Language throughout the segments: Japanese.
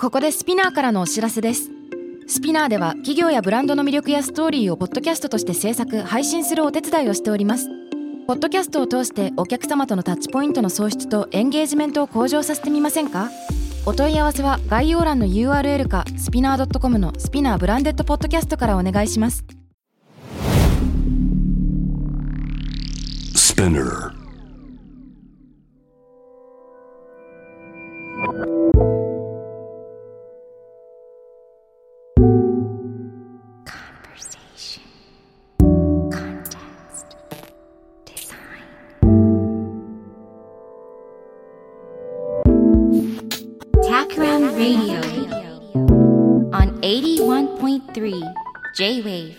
ここでスピナーからのお知らせです。スピナーでは企業やブランドの魅力やストーリーをポッドキャストとして制作・配信するお手伝いをしております。ポッドキャストを通してお客様とのタッチポイントの創出とエンゲージメントを向上させてみませんか？お問い合わせは概要欄の URL かスピナー .com のスピナーブランデッドポッドキャストからお願いします。 Spinner Takran Radio on 81.3 J-Wave。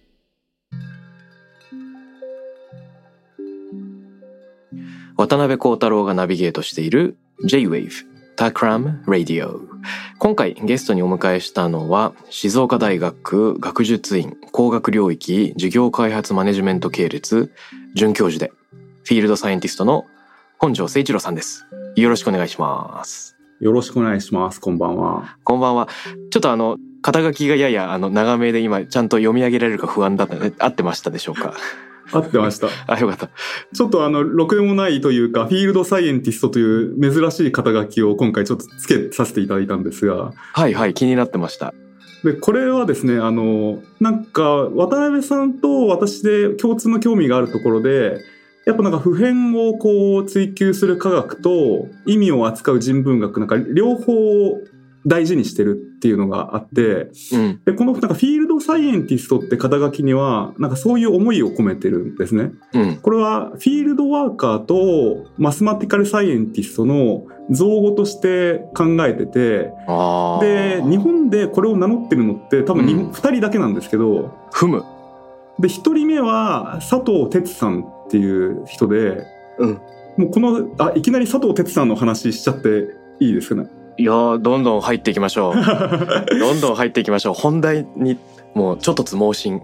渡辺幸太郎がナビゲートしている J-Wave Takran Radio。今回ゲストにお迎えしたのは静岡大学学術院工学領域事業開発マネジメント系列准教授でフィールドサイエンティストの本庄誠一郎さんです。よろしくお願いします。 よろしくお願いします。こんばんは。 こんばんは。ちょっと肩書きがやや長めで今ちゃんと読み上げられるか不安だったね。合ってましたでしょうか？ 合ってました。 あ、よかった。 ちょっとろくでもないというか、フィールドサイエンティストという珍しい肩書きを今回ちょっとつけさせていただいたんですが。はいはい、気になってました。 で、これはですね、なんか、渡辺さんと私で共通の興味があるところで、やっぱなんか普遍をこう追求する科学と意味を扱う人文学なんか両方大事にしてるっていうのがあって、でこのなんかフィールドサイエンティストって肩書きにはなんかそういう思いを込めてるんですね。これはフィールドワーカーとマスマティカルサイエンティストの造語として考えてて、で日本でこれを名乗ってるのって多分2人だけなんですけど、で1人目は佐藤哲さんっていう人で、もうこのいきなり佐藤哲さんの話しちゃっていいですかね？ いやー、どんどん入っていきましょう。どんどん入っていきましょう。本題にもうちょっと盲信。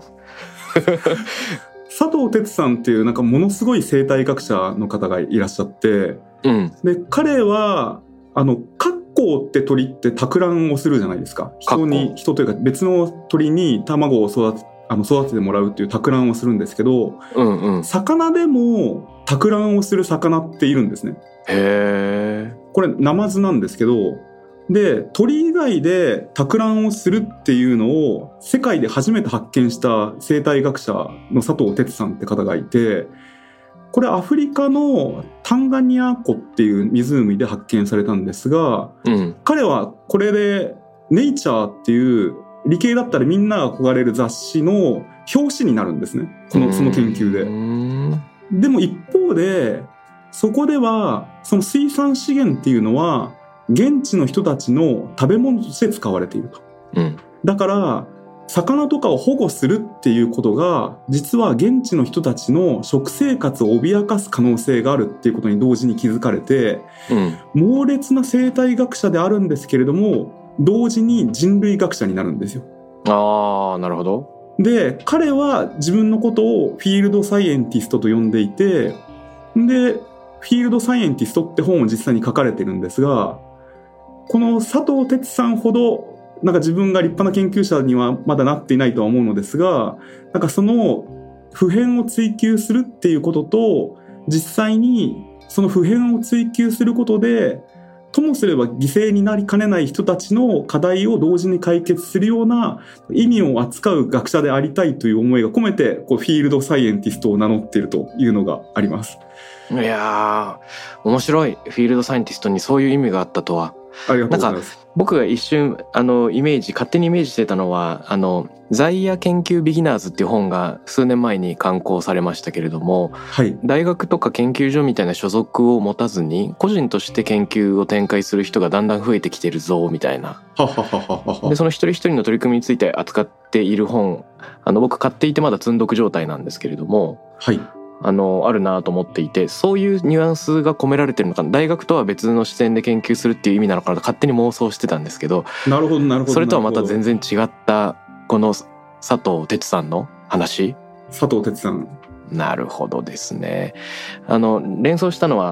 佐藤哲さんっていうなんかものすごい生態学者の方がいらっしゃって、で彼はカッコウって鳥って托卵をするじゃないですか。人というか別の鳥に卵を育ててもらうっていう托卵をするんですけど、魚でも托卵をする魚っているんですね。 へー。 これナマズなんですけど、で鳥以外で托卵をするっていうのを世界で初めて発見した生態学者の佐藤哲さんって方がいて、これアフリカのタンガニア湖っていう湖で発見されたんですが、彼はこれでネイチャーっていう理系だったらみんなが憧れる雑誌の表紙になるんですね。その研究で。でも一方でそこではその水産資源っていうのは現地の人たちの食べ物として使われていると。だから魚とかを保護するっていうことが実は現地の人たちの食生活を脅かす可能性があるっていうことに同時に気づかれて、猛烈な生態学者であるんですけれども同時に人類学者になるんですよ。 なるほど。 で彼は自分のことをフィールドサイエンティストと呼んでいて、でフィールドサイエンティストって本を実際に書かれてるんですが、この佐藤哲さんほどなんか自分が立派な研究者にはまだなっていないとは思うのですが、なんかその普遍を追求するっていうことと実際にその普遍を追求することでともすれば犠牲になりかねない人たちの課題を同時に解決するような意味を扱う学者でありたいという思いが込めてこうフィールドサイエンティストを名乗っているというのがあります。 いやー、面白い。フィールドサイエンティストにそういう意味があったとは。 ありがとうございます。 なんか僕が一瞬勝手にイメージしてたのは在野研究ビギナーズっていう本が数年前に刊行されましたけれども、大学とか研究所みたいな所属を持たずに個人として研究を展開する人がだんだん増えてきてるぞみたいな。でその一人一人の取り組みについて扱っている本、僕買っていてまだ積んどく状態なんですけれども、あるなと思っていて、そういうニュアンスが込められてるのかな、大学とは別の視点で研究するっていう意味なのかなと勝手に妄想してたんですけど、 なるほど。 それとはまた全然違ったこの佐藤哲さんの話。 佐藤哲さん。 なるほどですね。連想したのは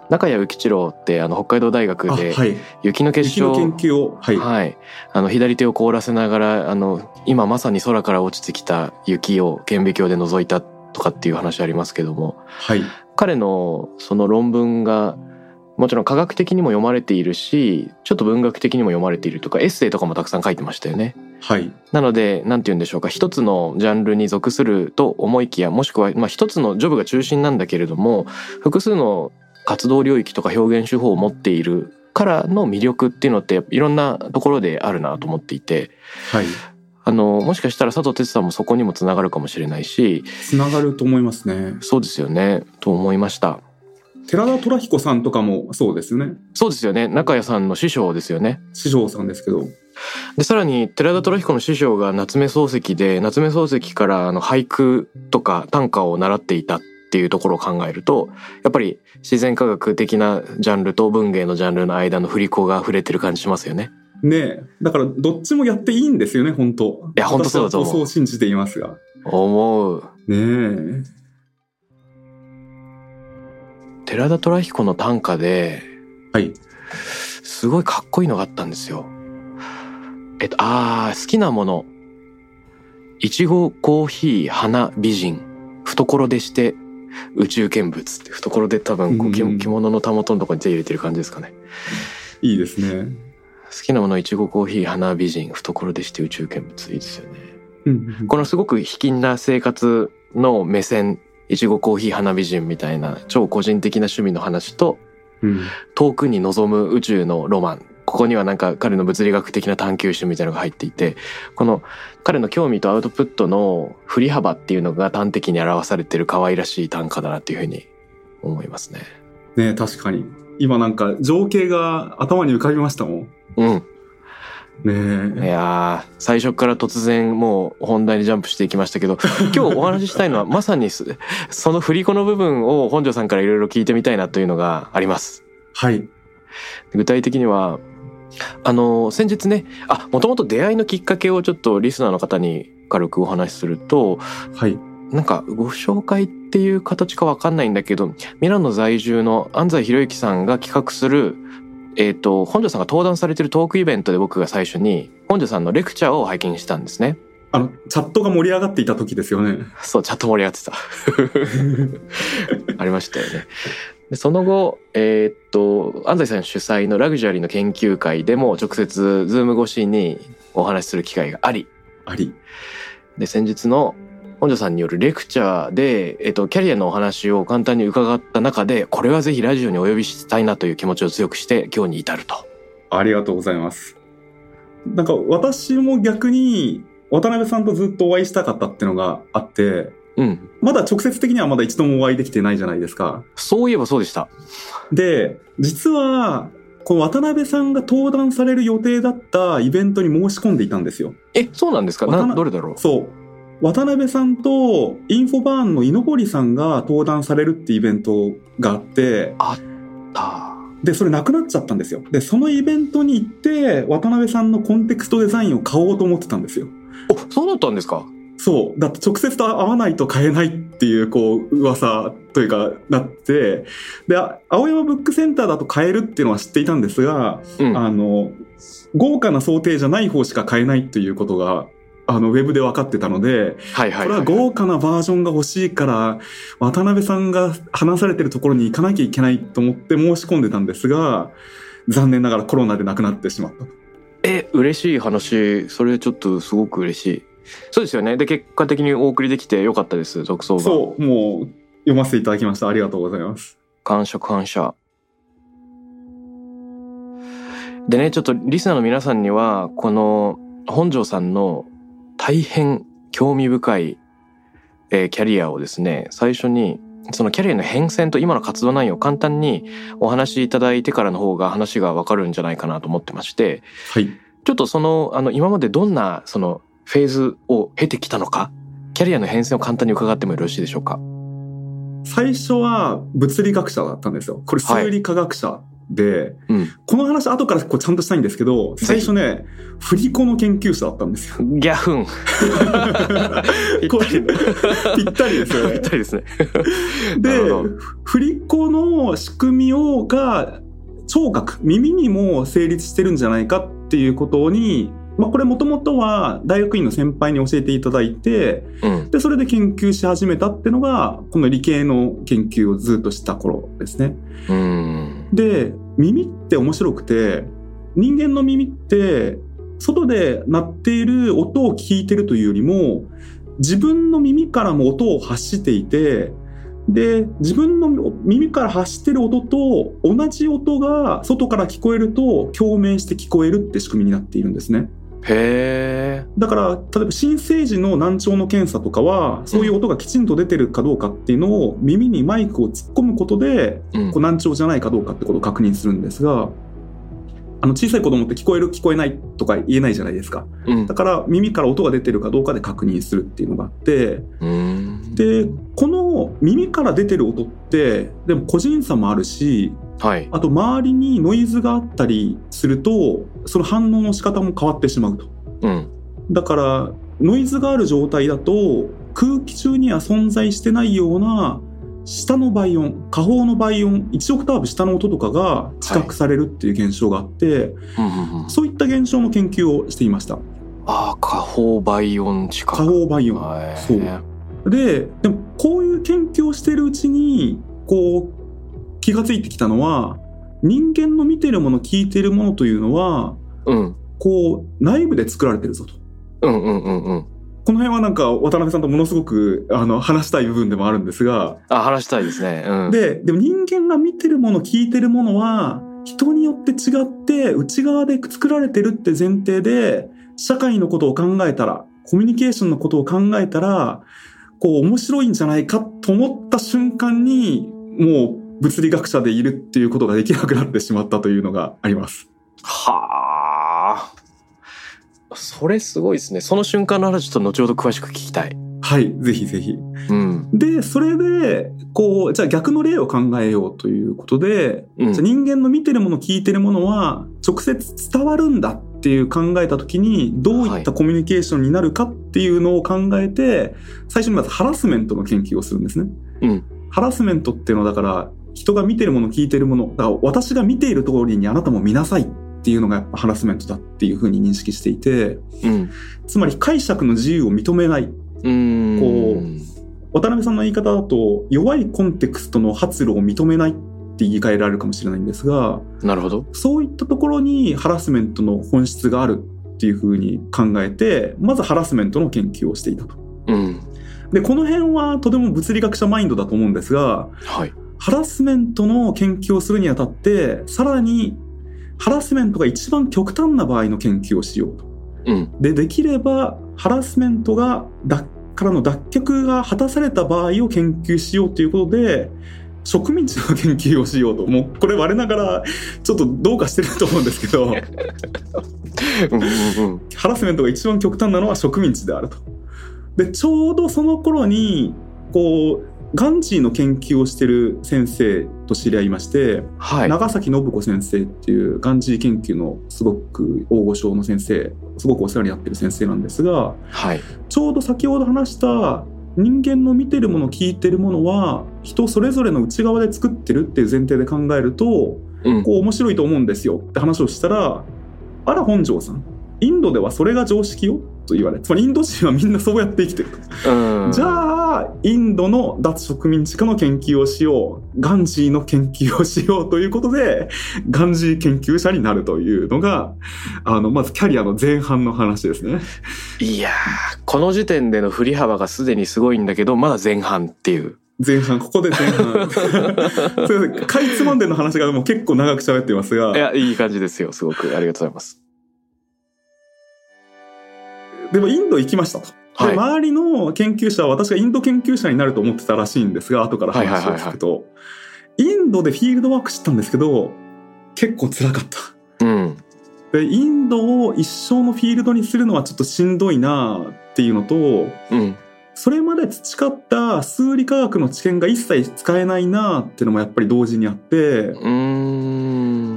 中谷幸一郎って北海道大学で雪の結晶、 雪の研究を、 はい、左手を凍らせながら今まさに空から落ちてきた雪を顕微鏡で覗いたとかっていう話ありますけども、 はい、 彼のその論文がもちろん科学的にも読まれているし、ちょっと文学的にも読まれているとか、エッセイとかもたくさん書いてましたよね。 はい。 なのでなんて言うんでしょうか、一つのジャンルに属すると思いきや、もしくは一つのジョブが中心なんだけれども、複数の活動領域とか表現手法を持っているからの魅力っていうのっていろんなところであるなと思っていて、 はい。 もしかしたら佐藤哲さんもそこにもつながるかもしれないし、 つながると思いますね。 そうですよねと思いました。 寺田虎彦さんとかもそうですね。 そうですよね。中谷さんの師匠ですよね。 師匠さんですけど、 でさらに寺田虎彦の師匠が夏目漱石で、夏目漱石から俳句とか短歌を習っていたっていうところを考えると、やっぱり自然科学的なジャンルと文芸のジャンルの間の振り子が触れてる感じしますよね。 ねえ、だからどっちもやっていいんですよね、本当。 いや本当そうだと思う。 そう信じていますが。 思う。 ねえ。 寺田虎彦の短歌で、 はい、 すごいかっこいいのがあったんですよ。好きなもの、いちご、コーヒー、花、美人、懐でして宇宙見物って、懐で多分着物のたもとのところに手入れてる感じですかね。 いいですね。 好きなもの、いちご、コーヒー、花、美人、懐でして宇宙見物、いいですよね。このすごく卑近な生活の目線、いちご、コーヒー、花、美人みたいな超個人的な趣味の話と、遠くに望む宇宙のロマン、ここにはなんか彼の物理学的な探求心みたいなのが入っていて、この彼の興味とアウトプットの振り幅っていうのが端的に表されている可愛らしい短歌だなっていうふうに思いますね。 ねえ、確かに今なんか情景が頭に浮かびましたもん。ねえ。 いや最初から突然もう本題にジャンプしていきましたけど、今日お話ししたいのはまさにその振り子の部分を本庄さんからいろいろ聞いてみたいなというのがあります。 はい。 具体的には先日ね、もともと出会いのきっかけをちょっとリスナーの方に軽くお話しすると、 はい、 なんかご紹介っていう形かわかんないんだけど、ミラノ在住の安西博之さんが企画する本庄さんが登壇されているトークイベントで、僕が最初に本庄さんのレクチャーを拝見したんですね。 チャットが盛り上がっていた時ですよね。 そう、チャット盛り上がってたありましたよね。でその後、安西さん主催のラグジュアリーの研究会でも直接ズーム越しにお話しする機会がありで、先日の本庄さんによるレクチャーで、キャリアのお話を簡単に伺った中で、これはぜひラジオにお呼びしたいなという気持ちを強くして今日に至ると。 ありがとうございます。なんか私も逆に渡辺さんとずっとお会いしたかったっていうのがあって、まだ直接的にはまだ一度もお会いできてないじゃないですか。 そういえばそうでした。 で、実はこの渡辺さんが登壇される予定だったイベントに申し込んでいたんですよ。 そうなんですか。どれだろう。 そう、渡辺さんとインフォバーンの井ノ堀さんが登壇されるってイベントがあって、でそれなくなっちゃったんですよ。でそのイベントに行って渡辺さんのコンテクストデザインを買おうと思ってたんですよ。 そうだったんですか。 そうだって直接会わないと買えないっていう噂というかなって、で青山ブックセンターだと買えるっていうのは知っていたんですが、豪華な想定じゃない方しか買えないっていうことがウェブで分かってたので、これは豪華なバージョンが欲しいから渡辺さんが話されてるところに行かなきゃいけないと思って申し込んでたんですが、残念ながらコロナで亡くなってしまった。 嬉しい話。それちょっとすごく嬉しい。そうですよね。で結果的にお送りできてよかったです。続奏が。 そう、もう読ませていただきました。ありがとうございます。 感謝でね、ちょっとリスナーの皆さんにはこの本庄さんの大変興味深い、キャリアをですね、最初にそのキャリアの変遷と今の活動内容を簡単にお話しいただいてからの方が話がわかるんじゃないかなと思ってまして、 はい、 ちょっと今までどんなそのフェーズを経てきたのか、キャリアの変遷を簡単に伺ってもよろしいでしょうか。 最初は物理学者だったんですよ。これ数理科学者で、この話後からこうちゃんとしたいんですけど、最初ね、振り子の研究者だったんですよ。 ギャフン。 ぴったりですよね。 ぴったりですね。 で、振り子の仕組みが聴覚、耳にも成立してるんじゃないかっていうことに、これもともとは大学院の先輩に教えていただいて、でそれで研究し始めたっていうのがこの理系の研究をずっとした頃ですね。で、耳って面白くて、人間の耳って外で鳴っている音を聞いてるというよりも、自分の耳からも音を発していて、で自分の耳から発してる音と同じ音が外から聞こえると共鳴して聞こえるって仕組みになっているんですね。 へー。 だから例えば新生児の難聴の検査とかは、そういう音がきちんと出てるかどうかっていうのを耳にマイクを突っ込むことで、こう難聴じゃないかどうかってことを確認するんですが、小さい子供って聞こえる聞こえないとか言えないじゃないですか。だから耳から音が出てるかどうかで確認するっていうのがあって、でこの耳から出てる音ってでも個人差もあるし、あと周りにノイズがあったりするとその反応の仕方も変わってしまうと。だからノイズがある状態だと空気中には存在してないような下の倍音、下方の倍音、1オクターブ下の音とかが知覚されるっていう現象があって、そういった現象の研究をしていました。 下方倍音知覚。 下方倍音。そう。でもこういう研究をしているうちにこう気がついてきたのは、人間の見てるもの聞いてるものというのは、こう内部で作られてるぞと。この辺はなんか渡辺さんとものすごく話したい部分でもあるんですが、 話したいですね。 でも人間が見てるもの聞いてるものは人によって違って内側で作られてるって前提で、社会のことを考えたら、コミュニケーションのことを考えたらこう面白いんじゃないかと思った瞬間に、もう物理学者でいるっていうことができなくなってしまったというのがあります。 それすごいですね。その瞬間の話ちょっと後ほど詳しく聞きたい。 はい、ぜひぜひ。でそれでこうじゃあ逆の例を考えようということで、じゃあ人間の見てるもの聞いてるものは直接伝わるんだっていう考えた時に、どういったコミュニケーションになるかっていうのを考えて、最初にまずハラスメントの研究をするんですね。ハラスメントっていうのはだから人が見てるもの聞いてるものだから、私が見ている通りにあなたも見なさいっていうのがやっぱハラスメントだっていうふうに認識していて、つまり解釈の自由を認めない。こう渡辺さんの言い方だと弱いコンテクストの発露を認めないって言い換えられるかもしれないんですが、 なるほど。 そういったところにハラスメントの本質があるっていうふうに考えて、まずハラスメントの研究をしていたと。でこの辺はとても物理学者マインドだと思うんですが、ハラスメントの研究をするにあたってさらにハラスメントが一番極端な場合の研究をしようと。できればハラスメントからの脱却が果たされた場合を研究しようということで、植民地の研究をしようと。もうこれ我ながらちょっとどうかしてると思うんですけどハラスメントが一番極端なのは植民地であると。でちょうどその頃にこうガンジーの研究をしている先生と知り合いまして、長崎信子先生っていうガンジー研究のすごく大御所の先生、すごくお世話になっている先生なんですが、ちょうど先ほど話した人間の見てるもの聞いてるものは人それぞれの内側で作ってるっていう前提で考えると、こう面白いと思うんですよって話をしたら、あら本庄さん、インドではそれが常識よと言われ、つまりインド人はみんなそうやって生きてると。じゃあインドの脱植民地化の研究をしよう、ガンジーの研究をしようということでガンジー研究者になるというのがまずキャリアの前半の話ですね。 いやー、この時点での振り幅がすでにすごいんだけど、まだ前半っていう前半、ここで前半かいつまんでの話がもう結構長く喋ってますが、 いや、いい感じですよ。すごくありがとうございます。 でもインド行きましたと。で周りの研究者は私がインド研究者になると思ってたらしいんですが、後から話を聞くと、インドでフィールドワークしたんですけど結構辛かった。でインドを一生のフィールドにするのはちょっとしんどいなっていうのと、それまで培った数理科学の知見が一切使えないなっていうのもやっぱり同時にあって、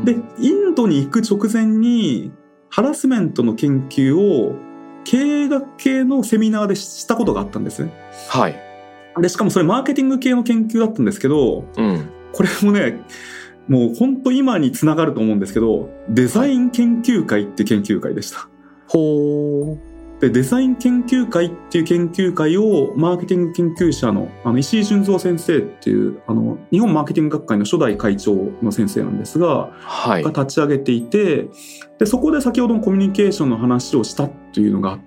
でインドに行く直前にハラスメントの研究を経営学系のセミナーでしたことがあったんですね。 はい。 でしかもそれマーケティング系の研究だったんですけど、これもねもう本当今につながると思うんですけど、デザイン研究会っていう研究会でした。 ほう。 でデザイン研究会っていう研究会をマーケティング研究者の石井俊三先生っていう日本マーケティング学会の初代会長の先生なんですが、が立ち上げていて、でそこで先ほどのコミュニケーションの話をしたというのがあって、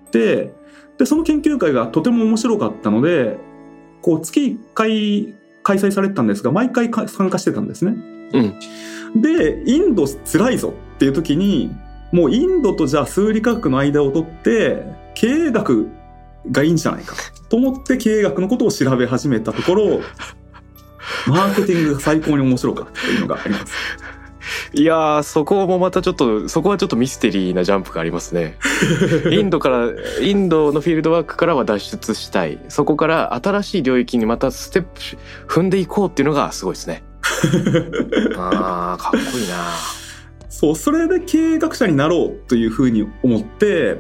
でその研究会がとても面白かったのでこう月1回開催されてたんですが、毎回参加してたんですね。でインド辛いぞっていう時にもうインドとじゃあ数理科学の間を取って経営学がいいんじゃないかと思って経営学のことを調べ始めたところマーケティングが最高に面白かったというのがあります。 いやー、そこもまたちょっとそこはちょっとミステリーなジャンプがありますね。インドのフィールドワークからは脱出したい、そこから新しい領域にまたステップ踏んでいこうっていうのがすごいですね。かっこいいな。 そう、それで経営学者になろうというふうに思って、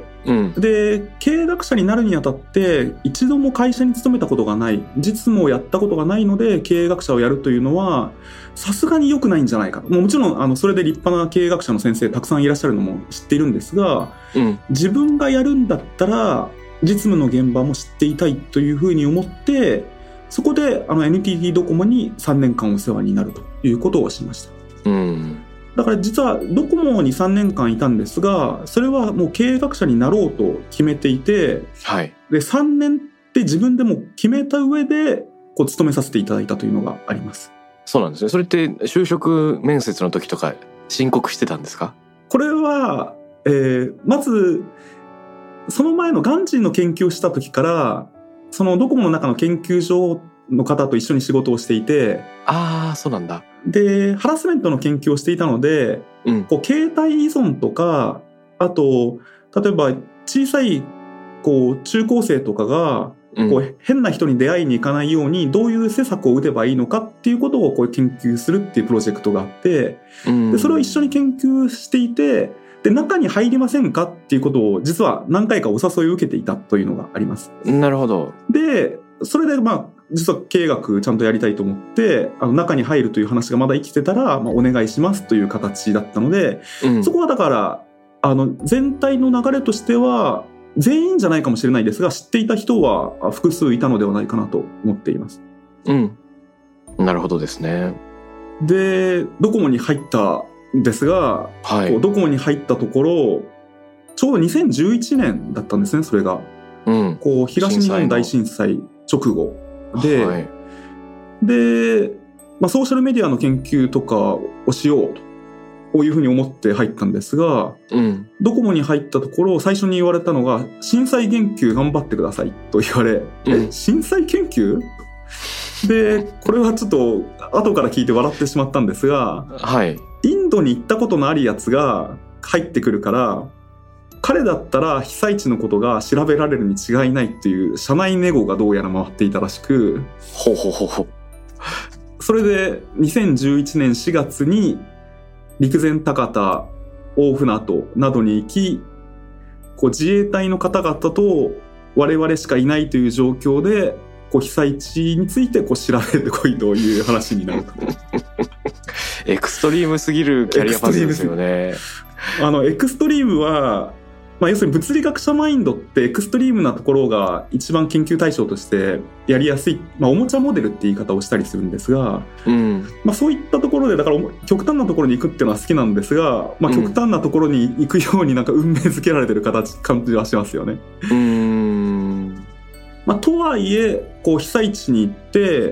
で経営学者になるにあたって一度も会社に勤めたことがない、実務をやったことがないので経営学者をやるというのはさすがに良くないんじゃないかと。もちろんそれで立派な経営学者の先生たくさんいらっしゃるのも知っているんですが、自分がやるんだったら実務の現場も知っていたいというふうに思って、そこでNTT ドコモに3年間お世話になるということをしました。だから実はドコモに3年間いたんですが、それはもう経営学者になろうと決めていて、で3年って自分でも決めた上でこう勤めさせていただいたというのがあります。 そうなんですね。それって就職面接の時とか申告してたんですか？ これは、まずその前のガンジーの研究をした時からそのドコモの中の研究所の方と一緒に仕事をしていて、 そうなんだ。 でハラスメントの研究をしていたので、こう携帯依存とか、あと例えば小さいこう中高生とかがこう変な人に出会いに行かないようにどういう施策を打てばいいのかっていうことをこう研究するっていうプロジェクトがあって、でそれを一緒に研究していて、で中に入りませんかっていうことを実は何回かお誘いを受けていたというのがあります。 なるほど。 でそれで実は経営学ちゃんとやりたいと思って中に入るという話がまだ生きてたら、お願いしますという形だったので、そこはだから全体の流れとしては全員じゃないかもしれないですが知っていた人は複数いたのではないかなと思っています。 なるほどですね。 でドコモに入ったんですが、ドコモに入ったところちょうど2011年だったんですね。それが、こう東日本大震災直後で、で、ソーシャルメディアの研究とかをしようというふうに思って入ったんですが、ドコモに入ったところ最初に言われたのが震災研究頑張ってくださいと言われ、震災研究でこれはちょっと後から聞いて笑ってしまったんですが、インドに行ったことのあるやつが入ってくるから彼だったら被災地のことが調べられるに違いないっていう社内ネゴがどうやら回っていたらしく、それで2011年4月に陸前高田大船渡などに行き、こう自衛隊の方々と我々しかいないという状況でこう被災地についてこう調べてこいという話になると。 エクストリームすぎるキャリアパスですよね。 エクストリームは要するに物理学者マインドってエクストリームなところが一番研究対象としてやりやすい、おもちゃモデルって言い方をしたりするんですが、そういったところでだから極端なところに行くっていうのは好きなんですが、極端なところに行くようになんか運命づけられてる感じはしますよね。とはいえこう被災地に行って、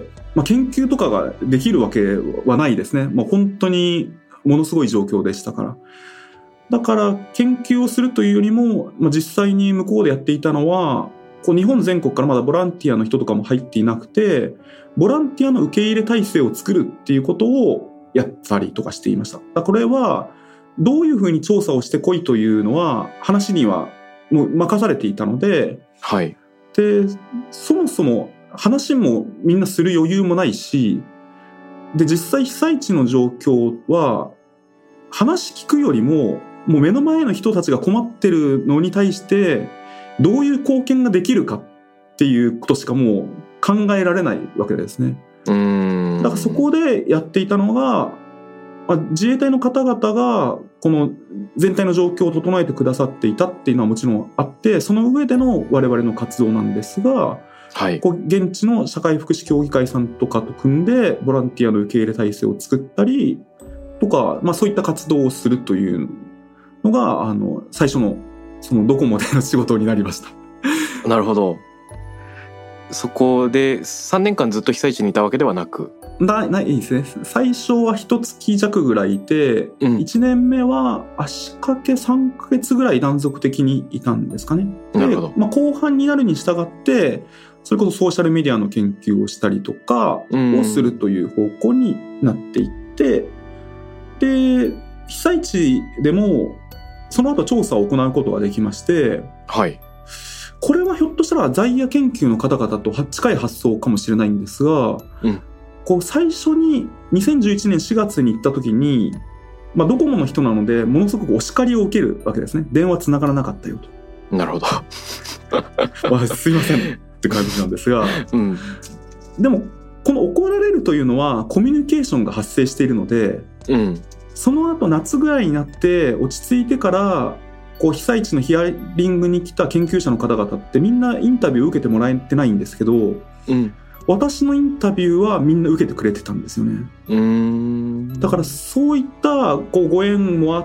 研究とかができるわけはないですね。本当にものすごい状況でしたから。だから研究をするというよりも、実際に向こうでやっていたのはこう日本全国からまだボランティアの人とかも入っていなくて、ボランティアの受け入れ体制を作るっていうことをやったりとかしていました。だからこれはどういうふうに調査をしてこいというのは話にはもう任されていたので、でそもそも話もみんなする余裕もないし、で実際被災地の状況は話聞くよりももう目の前の人たちが困ってるのに対してどういう貢献ができるかっていうことしかもう考えられないわけですね。だからそこでやっていたのが、自衛隊の方々がこの全体の状況を整えてくださっていたっていうのはもちろんあって、その上での我々の活動なんですが、はい、現地の社会福祉協議会さんとかと組んでボランティアの受け入れ体制を作ったりとか、そういった活動をするというのが最初のそのドコモでの仕事になりました。 なるほど。そこで3年間ずっと被災地にいたわけではなく。 ないですね。最初は1月弱ぐらいいて、1年目は足掛け3ヶ月ぐらい断続的にいたんですかね。 なるほど。 後半になるに従ってそれこそソーシャルメディアの研究をしたりとかをするという方向になっていって、で被災地でもその後調査を行うことができまして、 はい、 これはひょっとしたら在野研究の方々と近い発想かもしれないんですが、こう最初に2011年4月に行った時に、ドコモの人なのでものすごくお叱りを受けるわけですね。電話つながらなかったよと。 なるほどすいませんって感じなんですが、でもこの怒られるというのはコミュニケーションが発生しているので、その後夏ぐらいになって落ち着いてからこう被災地のヒアリングに来た研究者の方々ってみんなインタビューを受けてもらえてないんですけど、私のインタビューはみんな受けてくれてたんですよね。だからそういったこうご縁もあって、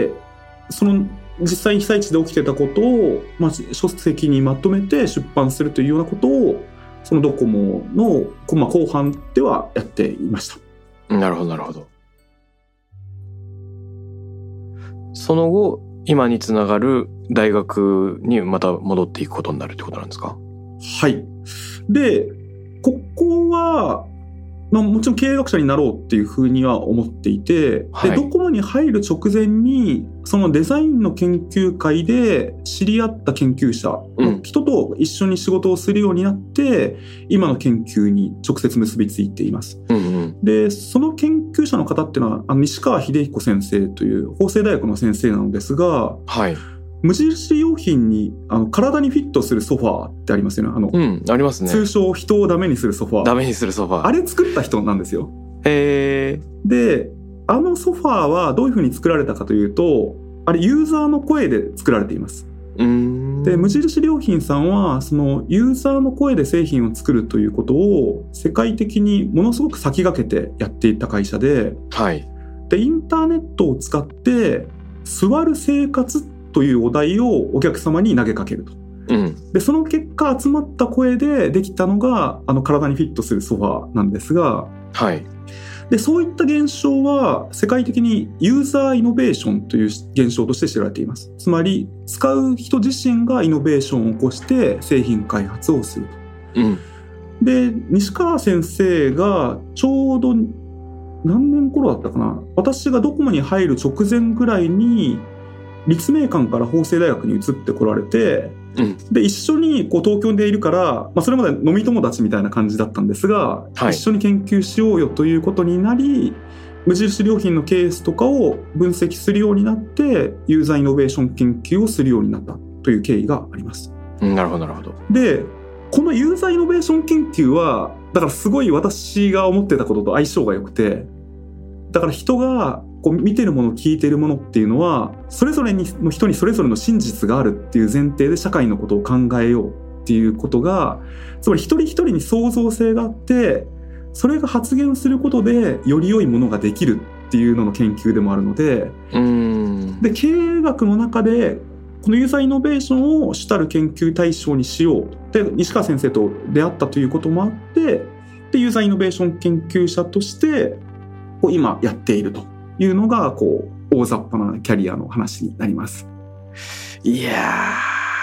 その実際被災地で起きてたことを、書籍にまとめて出版するというようなことをそのドコモの、後半ではやっていました。 なるほどなるほど。その後今につながる大学にまた戻っていくことになるってことなんですか？ はい。でここは、もちろん経営学者になろうっていうふうには思っていて、でドコモに入る直前にそのデザインの研究会で知り合った研究者の人と一緒に仕事をするようになって、今の研究に直接結びついています。でその研究者の方っていうのは西川秀彦先生という法政大学の先生なのですが、無印良品に体にフィットするソファーってありますよね。 ありますね。 通称人をダメにするソファー。 ダメにするソファー。 あれ作った人なんですよ。 でソファーはどういう風に作られたかというと、あれユーザーの声で作られています。で無印良品さんはそのユーザーの声で製品を作るということを世界的にものすごく先駆けてやっていった会社で、でインターネットを使って座る生活というお題をお客様に投げかけると。でその結果集まった声でできたのが体にフィットするソファーなんですが、でそういった現象は世界的にユーザーイノベーションという現象として知られています。つまり使う人自身がイノベーションを起こして製品開発をすると。で西川先生がちょうど何年頃だったかな、私がドコモに入る直前ぐらいに立命館から法政大学に移ってこられて、で一緒に東京でいるから、それまで飲み友達みたいな感じだったんですが、一緒に研究しようよということになり、無印良品のケースとかを分析するようになってユーザーイノベーション研究をするようになったという経緯があります。 なるほどなるほど。 でこのユーザーイノベーション研究はだからすごい私が思ってたことと相性が良くて、だから人が見てるもの聞いてるものっていうのはそれぞれの人にそれぞれの真実があるっていう前提で社会のことを考えようっていうことが、つまり一人一人に創造性があってそれが発現することでより良いものができるっていうのの研究でもあるので、で経営学の中でこのユーザーイノベーションを主たる研究対象にしようで西川先生と出会ったということもあって、でユーザーイノベーション研究者として今やっているというのが大雑把なキャリアの話になります。 いや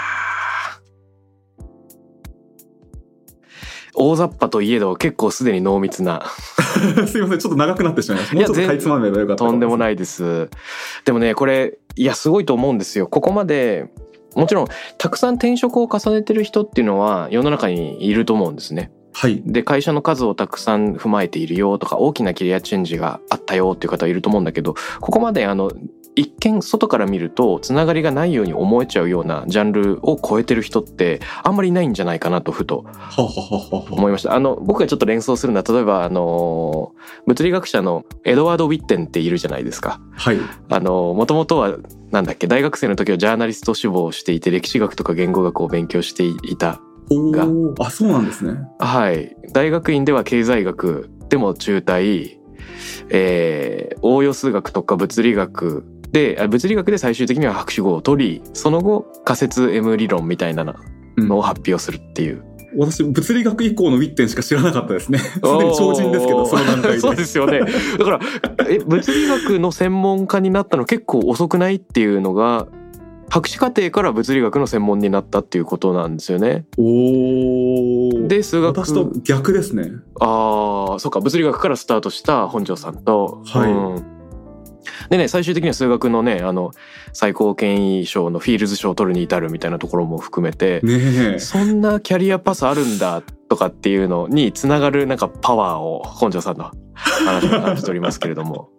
大雑把といえど結構すでに濃密なすいませんちょっと長くなってしまいました。もうちょっとかいつまめばよかった。 とんでもないです。でもねこれすごいと思うんですよ。ここまでもちろんたくさん転職を重ねてる人っていうのは世の中にいると思うんですね。 はい、 で会社の数をたくさん踏まえているよとか、大きなキャリアチェンジがあったよっていう方いると思うんだけど、ここまで一見外から見るとつながりがないように思えちゃうようなジャンルを超えてる人ってあんまりいないんじゃないかなとふと思いました。僕がちょっと連想するのは、例えば物理学者のエドワード・ウィッテンっているじゃないですか。 はい。 もともとはなんだっけ、大学生の時はジャーナリスト志望をしていて、歴史学とか言語学を勉強していたが、 そうなんですね。 はい。大学院では経済学でも中退、応用数学とか物理学で最終的には博士号を取り、その後仮説 M 理論みたいなのを発表するっていう、 私物理学以降のウィッテンしか知らなかったですね。すでに超人ですけど、その段階で。 そうですよね。だから物理学の専門家になったの結構遅くないっていうのが、博士課程から物理学の専門になったっていうことなんですよね。で数学、 私と逆ですね。 そうか、物理学からスタートした本庄さんと、 はい。 でね、最終的には数学のね、最高権威賞のフィールズ賞を取るに至るみたいなところも含めて、そんなキャリアパスあるんだとかっていうのにつながるなんかパワーを本庄さんの話を感じておりますけれども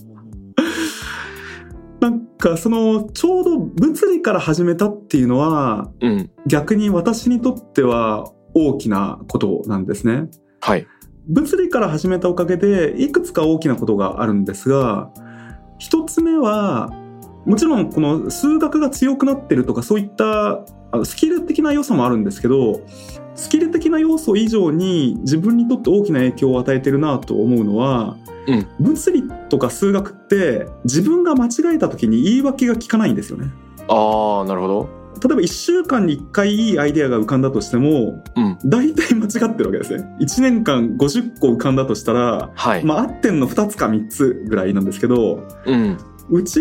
なんかちょうど物理から始めたっていうのは、逆に私にとっては大きなことなんですね。 はい。 物理から始めたおかげでいくつか大きなことがあるんですが、一つ目はもちろんこの数学が強くなってるとか、そういったスキル的な要素もあるんですけど、スキル的な要素以上に自分にとって大きな影響を与えてるなと思うのは、物理とか数学って自分が間違えた時に言い訳が効かないんですよね。 なるほど。 例えば1週間に1回いいアイデアが浮かんだとしても、大体間違ってるわけですね。1年間50個浮かんだとしたら、合ってんの2つか3つぐらいなんですけど、うち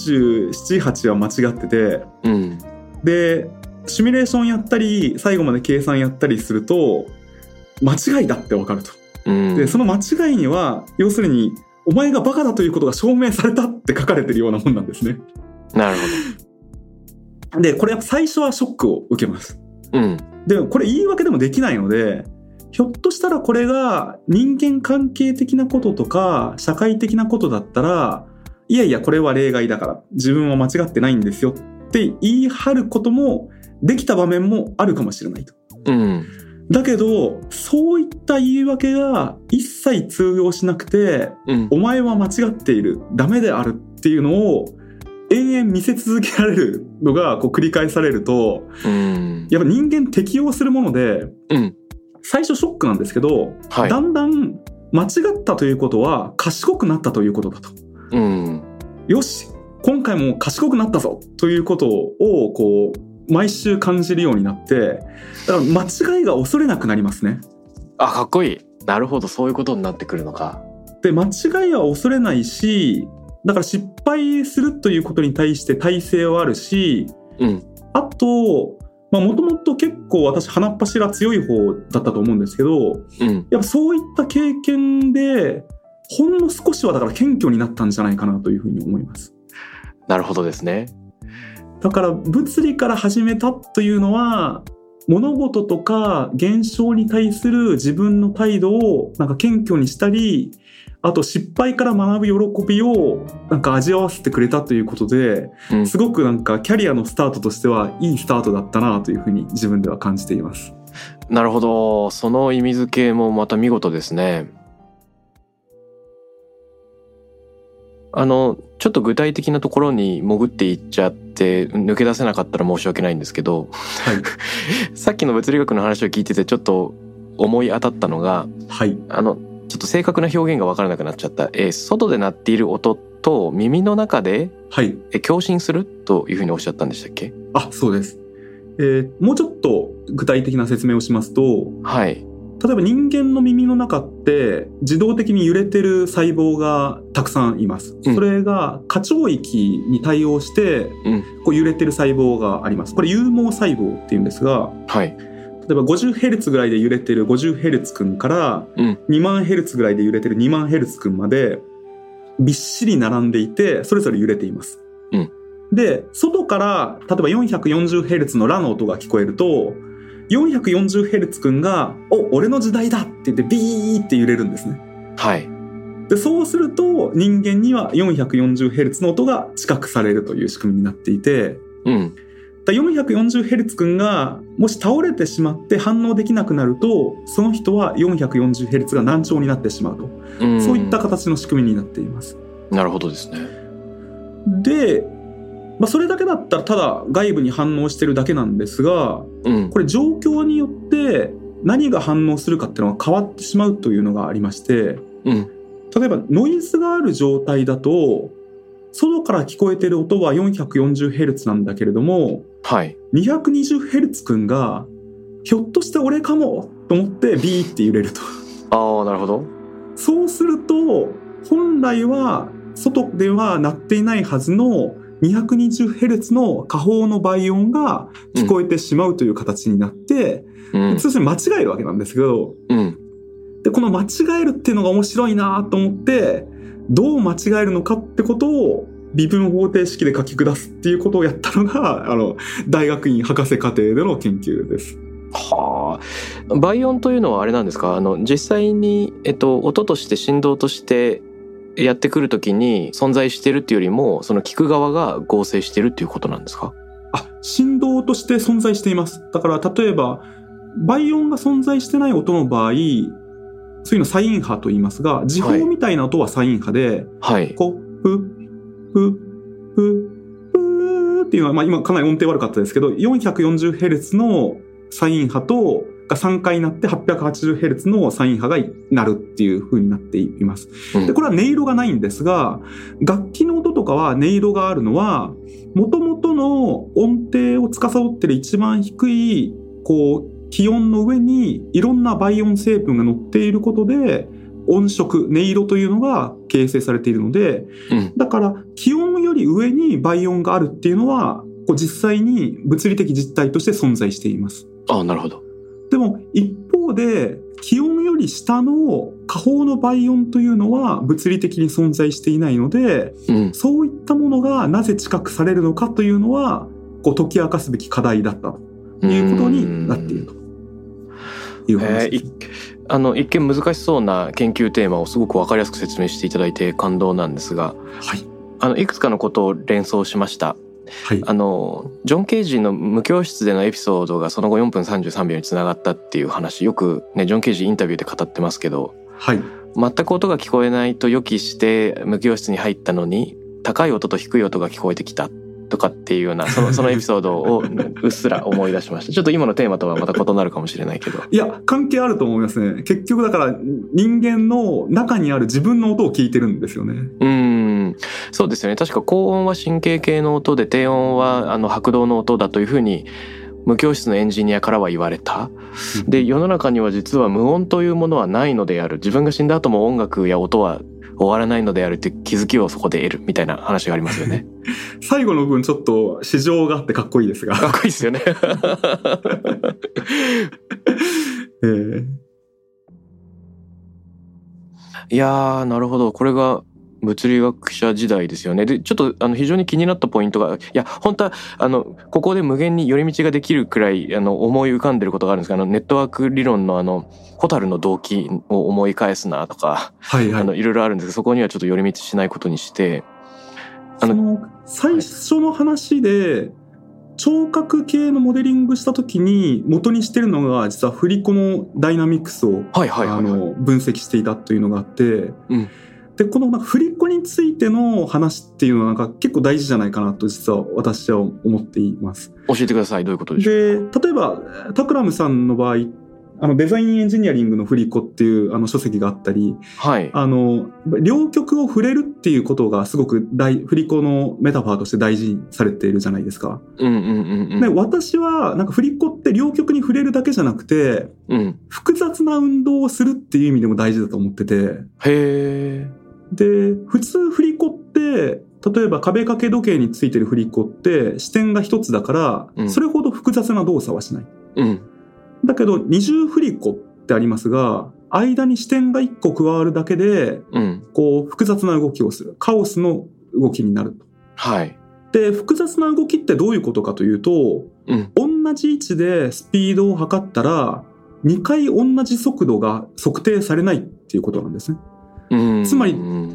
47、8は間違ってて、でシミュレーションやったり最後まで計算やったりすると間違いだって分かると。でその間違いには要するにお前がバカだということが証明されたって書かれてるようなもんなんですね。 なるほど。 でこれ最初はショックを受けます。でもこれ言い訳でもできないので、ひょっとしたらこれが人間関係的なこととか社会的なことだったら、いやいやこれは例外だから自分は間違ってないんですよって言い張ることもできた場面もあるかもしれないと。だけどそういった言い訳が一切通用しなくて、お前は間違っている、ダメであるっていうのを延々見せ続けられるのが繰り返されると、やっぱ人間適応するもので、最初ショックなんですけど、だんだん間違ったということは賢くなったということだと、よし今回も賢くなったぞということを毎週感じるようになって、だから間違いが恐れなくなりますね。 かっこいい。なるほど、そういうことになってくるのか。 で間違いは恐れないし、だから失敗するということに対して耐性はあるし、あともともと結構私鼻っ柱強い方だったと思うんですけど、やっぱそういった経験でほんの少しはだから謙虚になったんじゃないかなというふうに思います。 なるほどですね。 だから物理から始めたというのは、物事とか現象に対する自分の態度をなんか謙虚にしたり、あと失敗から学ぶ喜びをなんか味わわせてくれたということで、すごくなんかキャリアのスタートとしてはいいスタートだったなというふうに自分では感じています。 なるほど、その意味付けもまた見事ですね。ちょっと具体的なところに潜っていっちゃって抜け出せなかったら申し訳ないんですけど、さっきの物理学の話を聞いててちょっと思い当たったのが、ちょっと正確な表現が分からなくなっちゃった。外で鳴っている音と耳の中で、共振するというふうにおっしゃったんでしたっけ？ そうです。もうちょっと具体的な説明をしますと、例えば人間の耳の中って自動的に揺れてる細胞がたくさんいます。それが過聴域に対応して揺れてる細胞があります。これ有毛細胞っていうんですが、例えば 50Hz ぐらいで揺れてる 50Hz 君から2万 Hz ぐらいで揺れてる2万 Hz 君までびっしり並んでいて、それぞれ揺れています。で外から例えば 440Hz のラの音が聞こえると、 440Hz 君が俺の時代だって言ってビーって揺れるんですね。 はい。 でそうすると人間には 440Hz の音が知覚されるという仕組みになっていて、440Hz 君がもし倒れてしまって反応できなくなるとその人は 440Hz が難聴になってしまうと、そういった形の仕組みになっています。 なるほどですね。 で、それだけだったらただ外部に反応してるだけなんですが、これ状況によって何が反応するかっていうのが変わってしまうというのがありまして、例えばノイズがある状態だと外から聞こえてる音は 440Hz なんだけれども、220Hz 君がひょっとして俺かもと思ってビーって揺れると。 なるほど。 そうすると本来は外では鳴っていないはずの 220Hz の下方の倍音が聞こえてしまうという形になって、通常に間違えるわけなんですけど、でこの間違えるっていうのが面白いなと思ってどう間違えるのかってことを微分方程式で書き下すっていうことをやったのが大学院博士課程での研究です。 倍音というのはあれなんですか？実際に、音として振動としてやってくるときに存在してるっていうよりもその聞く側が合成してるっていうことなんですか？ 振動として存在しています。だから例えば倍音が存在してない音の場合、そういうのサイン波と言いますが、時報みたいな音はサイン波で、こうププププっていうのは、今かなり音程悪かったですけど 440Hz のサイン波とが3回になって 880Hz のサイン波が鳴るっていう風になっています。でこれは音色がないんですが、楽器の音とかは音色があるのは元々の音程を司っている一番低い気温の上にいろんな倍音成分が乗っていることで音色、音色というのが形成されているので、だから気温より上に倍音があるっていうのは実際に物理的実態として存在しています。 なるほど。 でも一方で気温より下の下方の倍音というのは物理的に存在していないので、そういったものがなぜ知覚されるのかというのは解き明かすべき課題だったということになっているという話です。 一見難しそうな研究テーマをすごく分かりやすく説明していただいて感動なんですが、いくつかのことを連想しました。ジョン・ケージの無教室でのエピソードがその後4分33秒につながったっていう話、よくねジョン・ケージインタビューで語ってますけど、全く音が聞こえないと予期して無教室に入ったのに高い音と低い音が聞こえてきたとかっていうようなそのエピソードをうっすら思い出しました。ちょっと今のテーマとはまた異なるかもしれないけど、 いや関係あると思いますね。結局だから人間の中にある自分の音を聞いてるんですよね。 そうですよね。確か高音は神経系の音で低音は拍動の音だというふうに無教室のエンジニアからは言われた。で世の中には実は無音というものはないのである、自分が死んだ後も音楽や音は終わらないのであるっていう気づきをそこで得るみたいな話がありますよね。 最後の部分ちょっと市場があってかっこいいですが、 かっこいいですよね。いやーなるほど、これが物理学者時代ですよね。でちょっと非常に気になったポイントが、いや本当はここで無限に寄り道ができるくらい思い浮かんでることがあるんですが、ネットワーク理論の蛍の動機を思い返すなとか、いろいろあるんですけど、そこにはちょっと寄り道しないことにして、 最初の話で聴覚系のモデリングした時に元にしてるのが実は振り子のダイナミクスを分析していたというのがあって、でこの振り子についての話っていうのは結構大事じゃないかなと実は私は思っています。 教えてください。どういうことでしょう。 で例えばタクラムさんの場合デザインエンジニアリングの振り子っていう書籍があったり、両極を触れるっていうことがすごく振り子のメタファーとして大事にされているじゃないですか。で私は振り子って両極に触れるだけじゃなくて、複雑な運動をするっていう意味でも大事だと思ってて、で普通振り子って例えば壁掛け時計についてる振り子って視点が一つだから、それほど複雑な動作はしない。だけど二重振り子ってありますが、間に視点が一個加わるだけで、複雑な動きをする、カオスの動きになると。で複雑な動きってどういうことかというと、同同じ位置でスピードを測ったら2回同じ速度が測定されないっていうことなんですね。つまり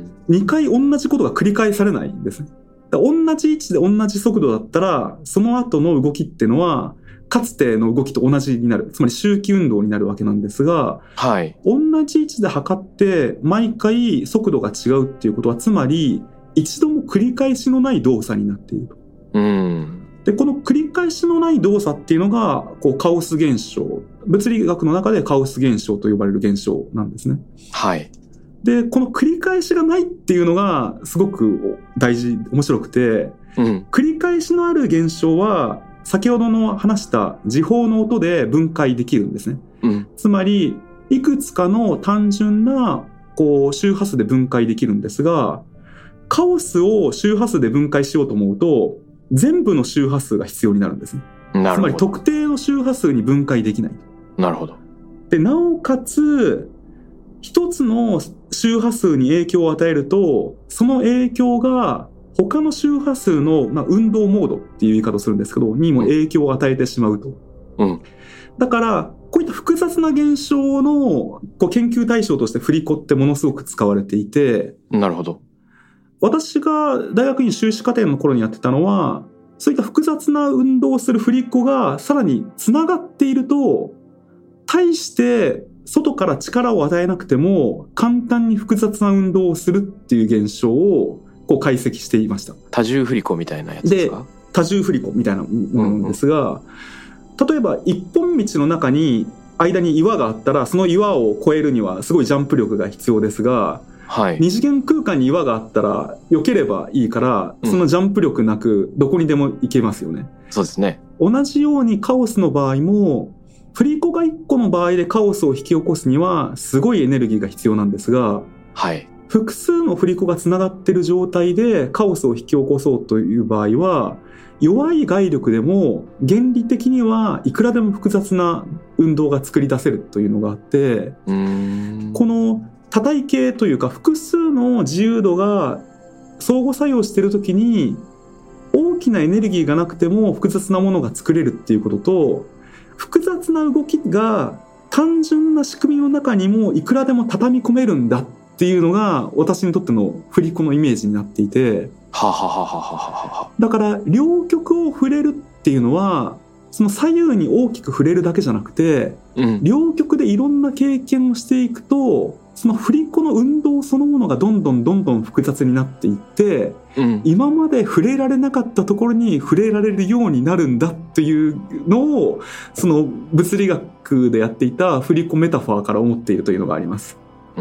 2回同じことが繰り返されないんですね。同じ位置で同じ速度だったらその後の動きっていうのはかつての動きと同じになる、つまり周期運動になるわけなんですが、 はい、 同じ位置で測って毎回速度が違うっていうことはつまり一度も繰り返しのない動作になっていると。でこの繰り返しのない動作っていうのがこうカオス現象、物理学の中でカオス現象と呼ばれる現象なんですね。 はい。 でこの繰り返しがないっていうのがすごく大事、面白くて、繰り返しのある現象は先ほどの話した時報の音で分解できるんですね。つまりいくつかの単純なこう周波数で分解できるんですが、カオスを周波数で分解しようと思うと全部の周波数が必要になるんですね。つまり特定の周波数に分解できない。 なるほど。 でなおかつ一つの周波数に影響を与えるとその影響が他の周波数の、運動モードっていう言い方をするんですけどにも影響を与えてしまうと、だからこういった複雑な現象のこう研究対象として振り子ってものすごく使われていて、 なるほど。 私が大学院修士課程の頃にやってたのはそういった複雑な運動をする振り子がさらにつながっていると対して外から力を与えなくても簡単に複雑な運動をするっていう現象をこう解析していました。 多重振り子みたいなやつですか？ で多重振り子みたいなものなんですが、例えば一本道の中に間に岩があったらその岩を越えるにはすごいジャンプ力が必要ですが、二次元空間に岩があったら避ければいいからそのジャンプ力なくどこにでも行けますよね。 そうですね。 同じようにカオスの場合も振り子が1個の場合でカオスを引き起こすにはすごいエネルギーが必要なんですが、複数の振り子がつながっている状態でカオスを引き起こそうという場合は弱い外力でも原理的にはいくらでも複雑な運動が作り出せるというのがあって、この多体系というか複数の自由度が相互作用しているときに大きなエネルギーがなくても複雑なものが作れるっていうことと、複雑な動きが単純な仕組みの中にもいくらでも畳み込めるんだっていうのが私にとっての振り子のイメージになっていて、だから両極を触れるっていうのはその左右に大きく触れるだけじゃなくて、両極でいろんな経験をしていくとその振り子の運動そのものがどんどん複雑になっていって、今まで触れられなかったところに触れられるようになるんだっていうのをその物理学でやっていた振り子メタファーから思っているというのがあります。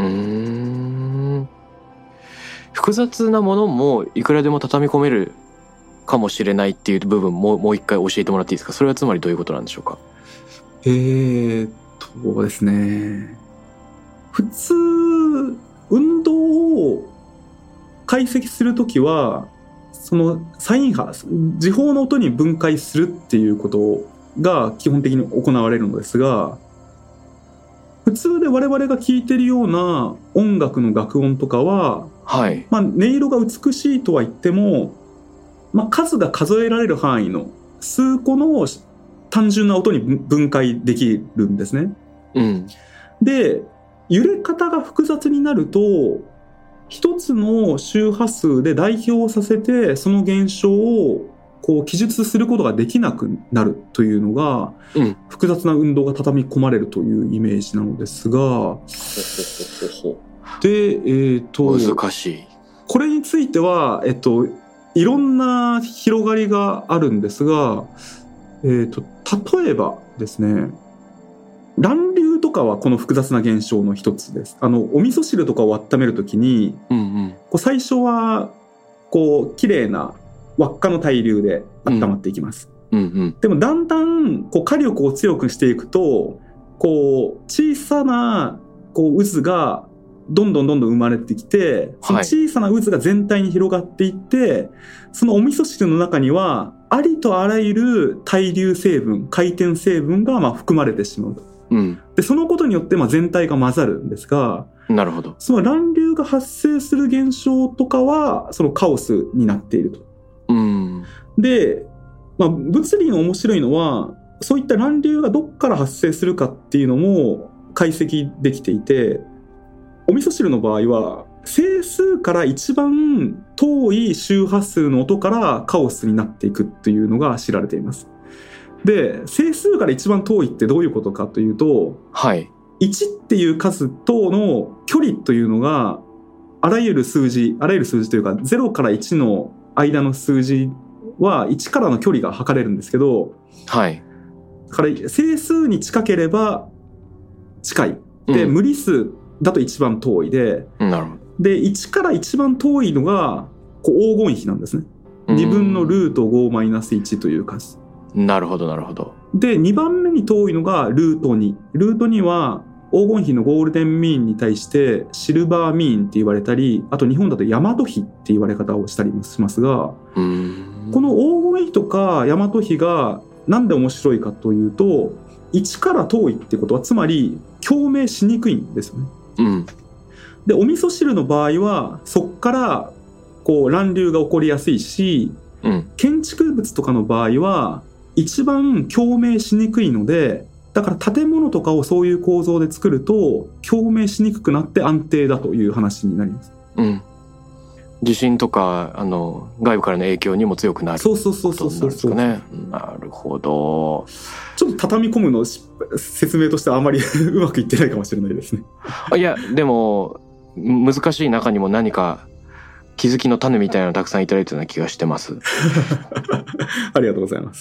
複雑なものもいくらでも畳み込めるかもしれないっていう部分もう一回教えてもらっていいですか？それはつまりどういうことなんでしょうか？ ですね、普通運動を解析するときはそのサイン波、時報の音に分解するっていうことが基本的に行われるのですが、普通で我々が聴いてるような音楽の楽音とかは、音色が美しいとは言っても、数が数えられる範囲の数個の単純な音に分解できるんですね。で揺れ方が複雑になると一つの周波数で代表させてその現象をこう記述することができなくなるというのが、複雑な運動が畳み込まれるというイメージなのですが、で難しい。 これについてはいろんな広がりがあるんですが、例えばですね、乱流とかはこの複雑な現象の一つです。お味噌汁とかを温めるときに、こう最初はこう綺麗な輪っかの対流で温まっていきます。でもだんだんこう火力を強くしていくとこう小さなこう渦がどんどん生まれてきて、その小さな渦が全体に広がっていって、そのお味噌汁の中にはありとあらゆる対流成分、回転成分が含まれてしまう。でそのことによって全体が混ざるんですが、 なるほど。 その乱流が発生する現象とかはそのカオスになっていると。で、物理の面白いのはそういった乱流がどっから発生するかっていうのも解析できていて、お味噌汁の場合は整数から一番遠い周波数の音からカオスになっていくっていうのが知られています。で、整数から一番遠いってどういうことかというと、 はい、 1っていう数との距離というのがあらゆる数字というか0から1の間の数字は1からの距離が測れるんですけど、 はい、 だから整数に近ければ近いで、無理数だと一番遠いで、 なるほど。 で1から一番遠いのがこう黄金比なんですね。2分のルート5マイナス1という数。 なるほどなるほど。 で2番目に遠いのがルート2。ルート2は黄金比のゴールデンミーンに対してシルバーミーンって言われたり、あと日本だと大和比って言われ方をしたりもしますが、この黄金比とか大和比がなんで面白いかというと、1から遠いってことはつまり共鳴しにくいんですよね。でお味噌汁の場合はそこからこう乱流が起こりやすいし、建築物とかの場合は一番共鳴しにくいので、だから建物とかをそういう構造で作ると共鳴しにくくなって安定だという話になります。 地震とか外部からの影響にも強くなることになるんですかね。なるほど。 ちょっと畳み込むの説明としてはあまりうまくいってないかもしれないですね。 いやでも難しい中にも何か気づきの種みたいなのたくさんいただいてるような気がしてますありがとうございます。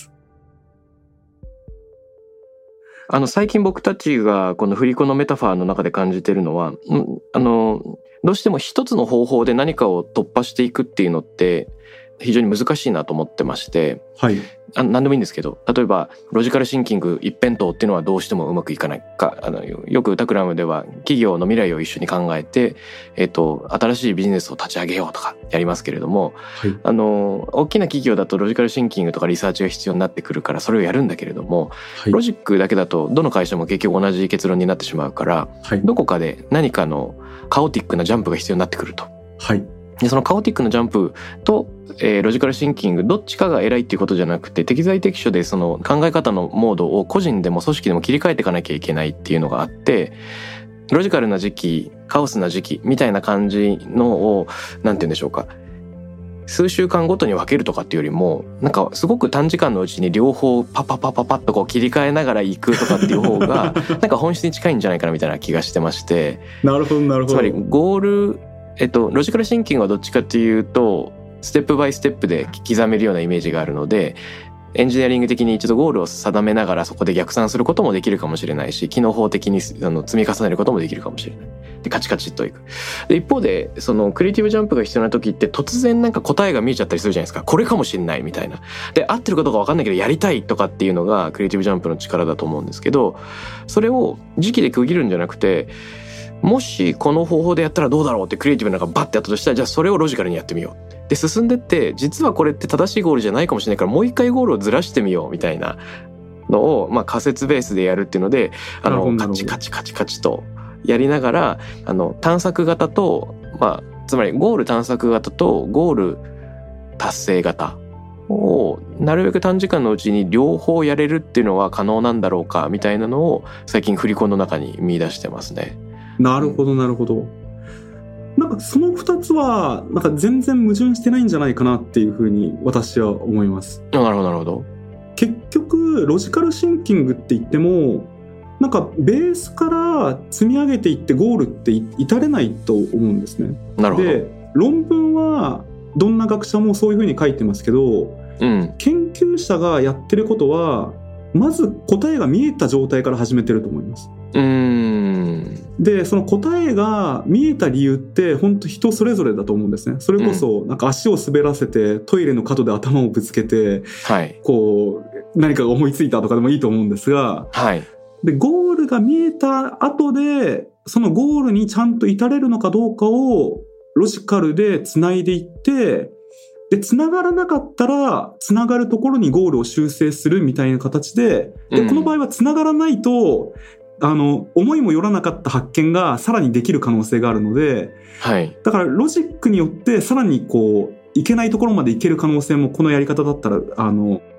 最近僕たちがこの振り子のメタファーの中で感じているのは、どうしても一つの方法で何かを突破していくっていうのって非常に難しいなと思ってまして、はい、何でもいいんですけど、例えばロジカルシンキング一辺倒っていうのはどうしてもうまくいかないか、よくタクラムでは企業の未来を一緒に考えて、新しいビジネスを立ち上げようとかやりますけれども、はい、大きな企業だとロジカルシンキングとかリサーチが必要になってくるからそれをやるんだけれども、はい、ロジックだけだとどの会社も結局同じ結論になってしまうから、はい、どこかで何かのカオティックなジャンプが必要になってくると。はい、でそのカオティックなジャンプと、ロジカルシンキングどっちかが偉いっていうことじゃなくて、適材適所でその考え方のモードを個人でも組織でも切り替えていかなきゃいけないっていうのがあって、ロジカルな時期カオスな時期みたいな感じのをなんて言うんでしょうか、数週間ごとに分けるとかっていうよりも、なんかすごく短時間のうちに両方パッとこう切り替えながら行くとかっていう方がなんか本質に近いんじゃないかなみたいな気がしてまして。 なるほどなるほど。 つまりゴールロジカルシンキングはどっちかっていうとステップバイステップで刻めるようなイメージがあるので、エンジニアリング的に一度ゴールを定めながらそこで逆算することもできるかもしれないし、機能法的に積み重ねることもできるかもしれない。でカチカチっといく。で一方でそのクリエイティブジャンプが必要な時って突然なんか答えが見えちゃったりするじゃないですか。これかもしれないみたいな。で合ってるかどうか分かんないけどやりたいとかっていうのがクリエイティブジャンプの力だと思うんですけど、それを時期で区切るんじゃなくて、もしこの方法でやったらどうだろうってクリエイティブなんかバッてやったとしたら、じゃあそれをロジカルにやってみよう。で進んでって、実はこれって正しいゴールじゃないかもしれないからもう一回ゴールをずらしてみようみたいなのを、仮説ベースでやるっていうので、カチカチカチカチとやりながら、探索型と、つまりゴール探索型とゴール達成型をなるべく短時間のうちに両方やれるっていうのは可能なんだろうかみたいなのを最近振り子の中に見出してますね。 なるほどなるほど。なんかその2つはなんか全然矛盾してないんじゃないかなっていうふうに私は思います。 なるほどなるほど。 結局ロジカルシンキングって言ってもなんかベースから積み上げていってゴールって至れないと思うんですね。 なるほど。 で論文はどんな学者もそういうふうに書いてますけど、研究者がやってることはまず答えが見えた状態から始めてると思います。でその答えが見えた理由って本当人それぞれだと思うんですね。それこそなんか足を滑らせてトイレの角で頭をぶつけて、こう何かが思いついたとかでもいいと思うんですが、でゴールが見えた後でそのゴールにちゃんと至れるのかどうかをロジカルでつないでいって、で繋がらなかったら繋がるところにゴールを修正するみたいな形で、この場合は繋がらないと思いもよらなかった発見がさらにできる可能性があるので、だからロジックによってさらにこういけないところまでいける可能性もこのやり方だったら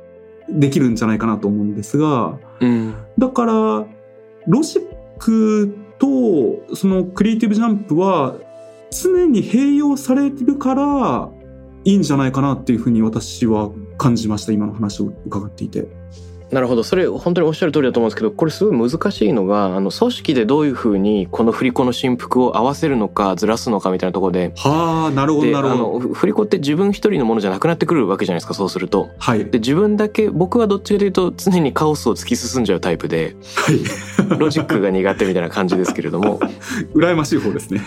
できるんじゃないかなと思うんですが、だからロジックとそのクリエイティブジャンプは常に併用されてるからいいんじゃないかなっていうふうに私は感じました、今の話を伺っていて。 なるほど、それ本当におっしゃる通りだと思うんですけど、これすごい難しいのが組織でどういうふうにこの振り子の振幅を合わせるのかずらすのかみたいなところで、 はあ、なるほどなるほど。 振り子って自分一人のものじゃなくなってくるわけじゃないですか、そうすると。はい。で自分だけ、僕はどっちかというと常にカオスを突き進んじゃうタイプで、はい、ロジックが苦手みたいな感じですけれども羨ましい方ですね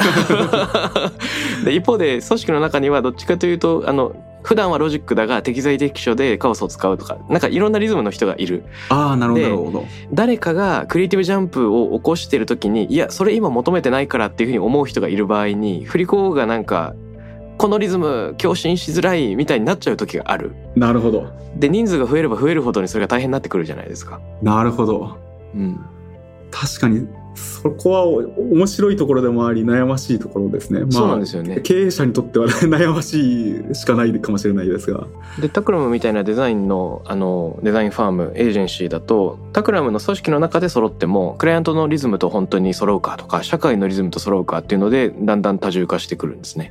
で一方で組織の中にはどっちかというと普段はロジックだが適材適所でカオスを使うとか、なんかいろんなリズムの人がいる。 ああ、なるほどなるほど。 誰かがクリエイティブジャンプを起こしてる時に、いやそれ今求めてないからっていうふうに思う人がいる場合に、振り子がなんかこのリズム共振しづらいみたいになっちゃう時がある。 なるほど。 で人数が増えれば増えるほどにそれが大変になってくるじゃないですか。 なるほど。確かにそこは面白いところでもあり悩ましいところですね。 そうなんですよね。 経営者にとっては悩ましいしかないかもしれないですが。 でタクラムみたいなデザインのデザインファームエージェンシーだと、タクラムの組織の中で揃ってもクライアントのリズムと本当に揃うかとか、社会のリズムと揃うかっていうのでだんだん多重化してくるんですね。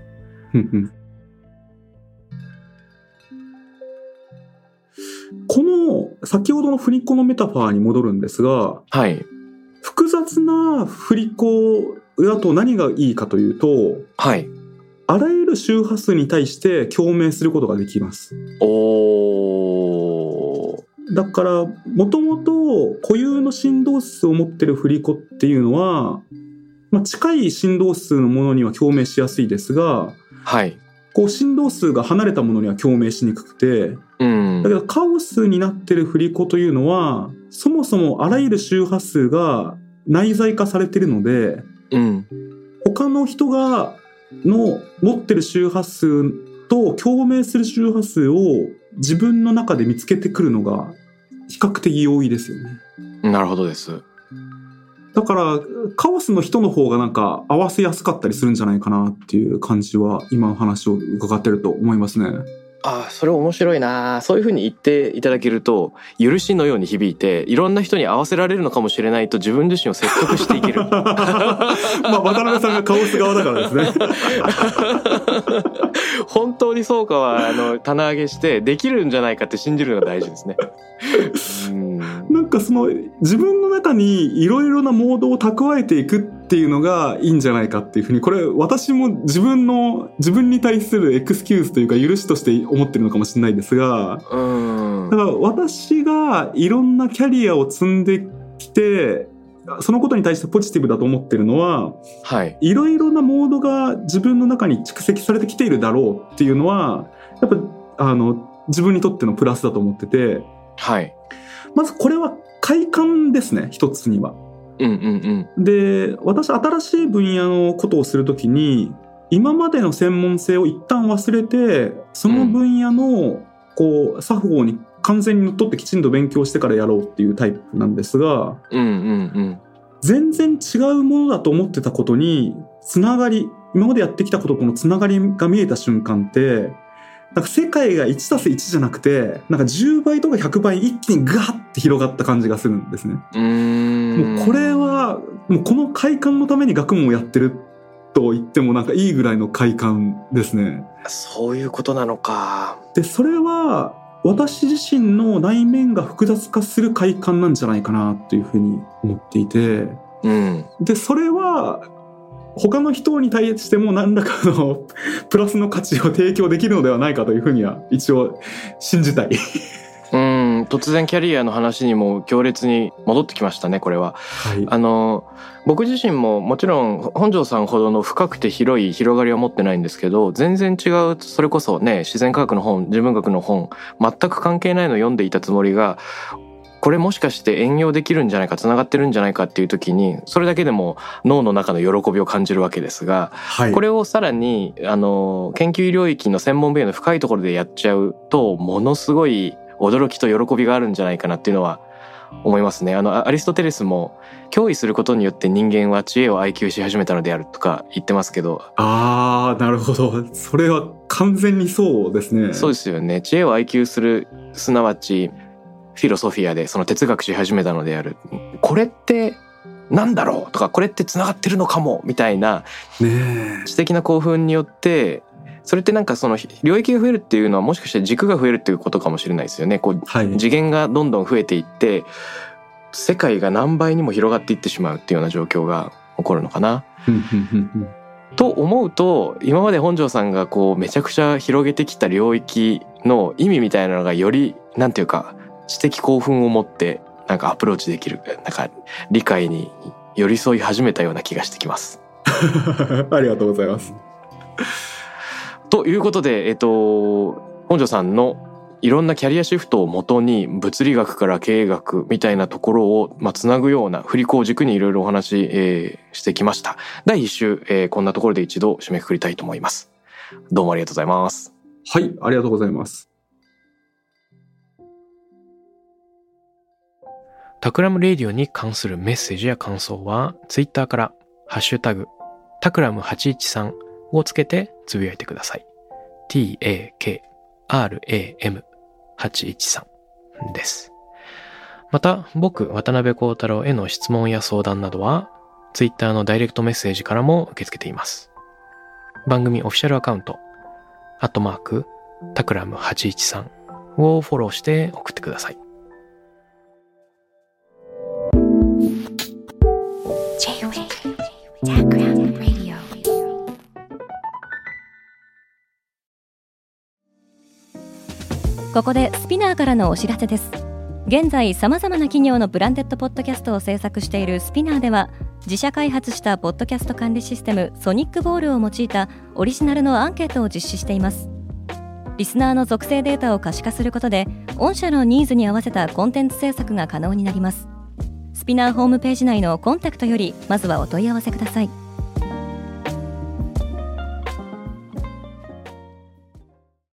この先ほどの振り子のメタファーに戻るんですが、はい、複雑な振り子だと何がいいかというと、はい、あらゆる周波数に対して共鳴することができます。だからもともと固有の振動数を持っている振り子っていうのは、近い振動数のものには共鳴しやすいですが、はい、こう振動数が離れたものには共鳴しにくくて、だけどカオスになっている振り子というのはそもそもあらゆる周波数が内在化されているので、他の人がの持ってる周波数と共鳴する周波数を自分の中で見つけてくるのが比較的容易ですよね。 なるほどです。 だからカオスの人の方がなんか合わせやすかったりするんじゃないかなっていう感じは今の話を伺ってると思いますね。 あ、それ面白いな。そういう風に言っていただけると許しのように響いて、いろんな人に合わせられるのかもしれないと自分自身を説得していける渡辺さんがカオス側だからですね本当にそうかは棚上げしてできるんじゃないかって信じるのが大事ですねなんかその自分の中にいろいろなモードを蓄えていくっていうのがいいんじゃないかっていうふうに、これ私も自分に対するエクスキューズというか許しとして思ってるのかもしれないですが、だから私がいろんなキャリアを積んできてそのことに対してポジティブだと思ってるのは、いろいろなモードが自分の中に蓄積されてきているだろうっていうのはやっぱ自分にとってのプラスだと思ってて、はい、まずこれは快感ですね、一つには。で、私新しい分野のことをするときに今までの専門性を一旦忘れてその分野の作法に完全にのっとってきちんと勉強してからやろうっていうタイプなんですが、全然違うものだと思ってたことにつながり、今までやってきたこととのつながりが見えた瞬間ってなんか世界が 1+1 じゃなくてなんか10倍とか100倍一気にガーッて広がった感じがするんですね。もうこれはもうこの快感のために学問をやってると言ってもなんかいいぐらいの快感ですね。 そういうことなのか。 でそれは私自身の内面が複雑化する快感なんじゃないかなというふうに思っていて、でそれは他の人に対しても何らかのプラスの価値を提供できるのではないかというふうには一応信じたい突然キャリアの話にも強烈に戻ってきましたね、これは。僕自身ももちろん本庄さんほどの深くて広い広がりは持ってないんですけど、全然違う、それこそね、自然科学の本、人文学の本、全く関係ないのを読んでいたつもりが、これもしかして援用できるんじゃないか、つながってるんじゃないかっていう時にそれだけでも脳の中の喜びを感じるわけですが、これをさらに研究領域の専門分野の深いところでやっちゃうとものすごい驚きと喜びがあるんじゃないかなっていうのは思いますね。アリストテレスも脅威することによって人間は知恵を愛求し始めたのであるとか言ってますけど。 なるほど。それは完全にそうですね。 そうですよね。知恵を愛求する、すなわちフィロソフィアでその哲学し始めたのである。これってなんだろうとか、これってつながってるのかもみたいな知的な興奮によって、それってなんかその領域が増えるっていうのはもしかして軸が増えるっていうことかもしれないですよね。次元がどんどん増えていって世界が何倍にも広がっていってしまうっていうような状況が起こるのかなと思うと、今まで本庄さんがめちゃくちゃ広げてきた領域の意味みたいなのがよりなんていうか知的興奮を持ってなんかアプローチできる、なんか理解に寄り添い始めたような気がしてきますありがとうございます。 ということで、本庄さんのいろんなキャリアシフトをもとに物理学から経営学みたいなところをつなぐような振り子を軸にいろいろお話、してきました。第1週、こんなところで一度締めくくりたいと思います。どうもありがとうございます。 はい、ありがとうございます。 タクラムレディオに関するメッセージや感想はツイッターからハッシュタグタクラム813をつけてつぶやいてください。TAKRAM813 です。また僕渡辺幸太郎への質問や相談などはツイッターのダイレクトメッセージからも受け付けています。番組オフィシャルアカウント@タクラム813をフォローして送ってください。 ここでスピナーからのお知らせです。現在さまざまな企業のブランデッドポッドキャストを制作しているスピナーでは、自社開発したポッドキャスト管理システムソニックボールを用いたオリジナルのアンケートを実施しています。リスナーの属性データを可視化することで御社のニーズに合わせたコンテンツ制作が可能になります。スピナーホームページ内のコンタクトよりまずはお問い合わせください。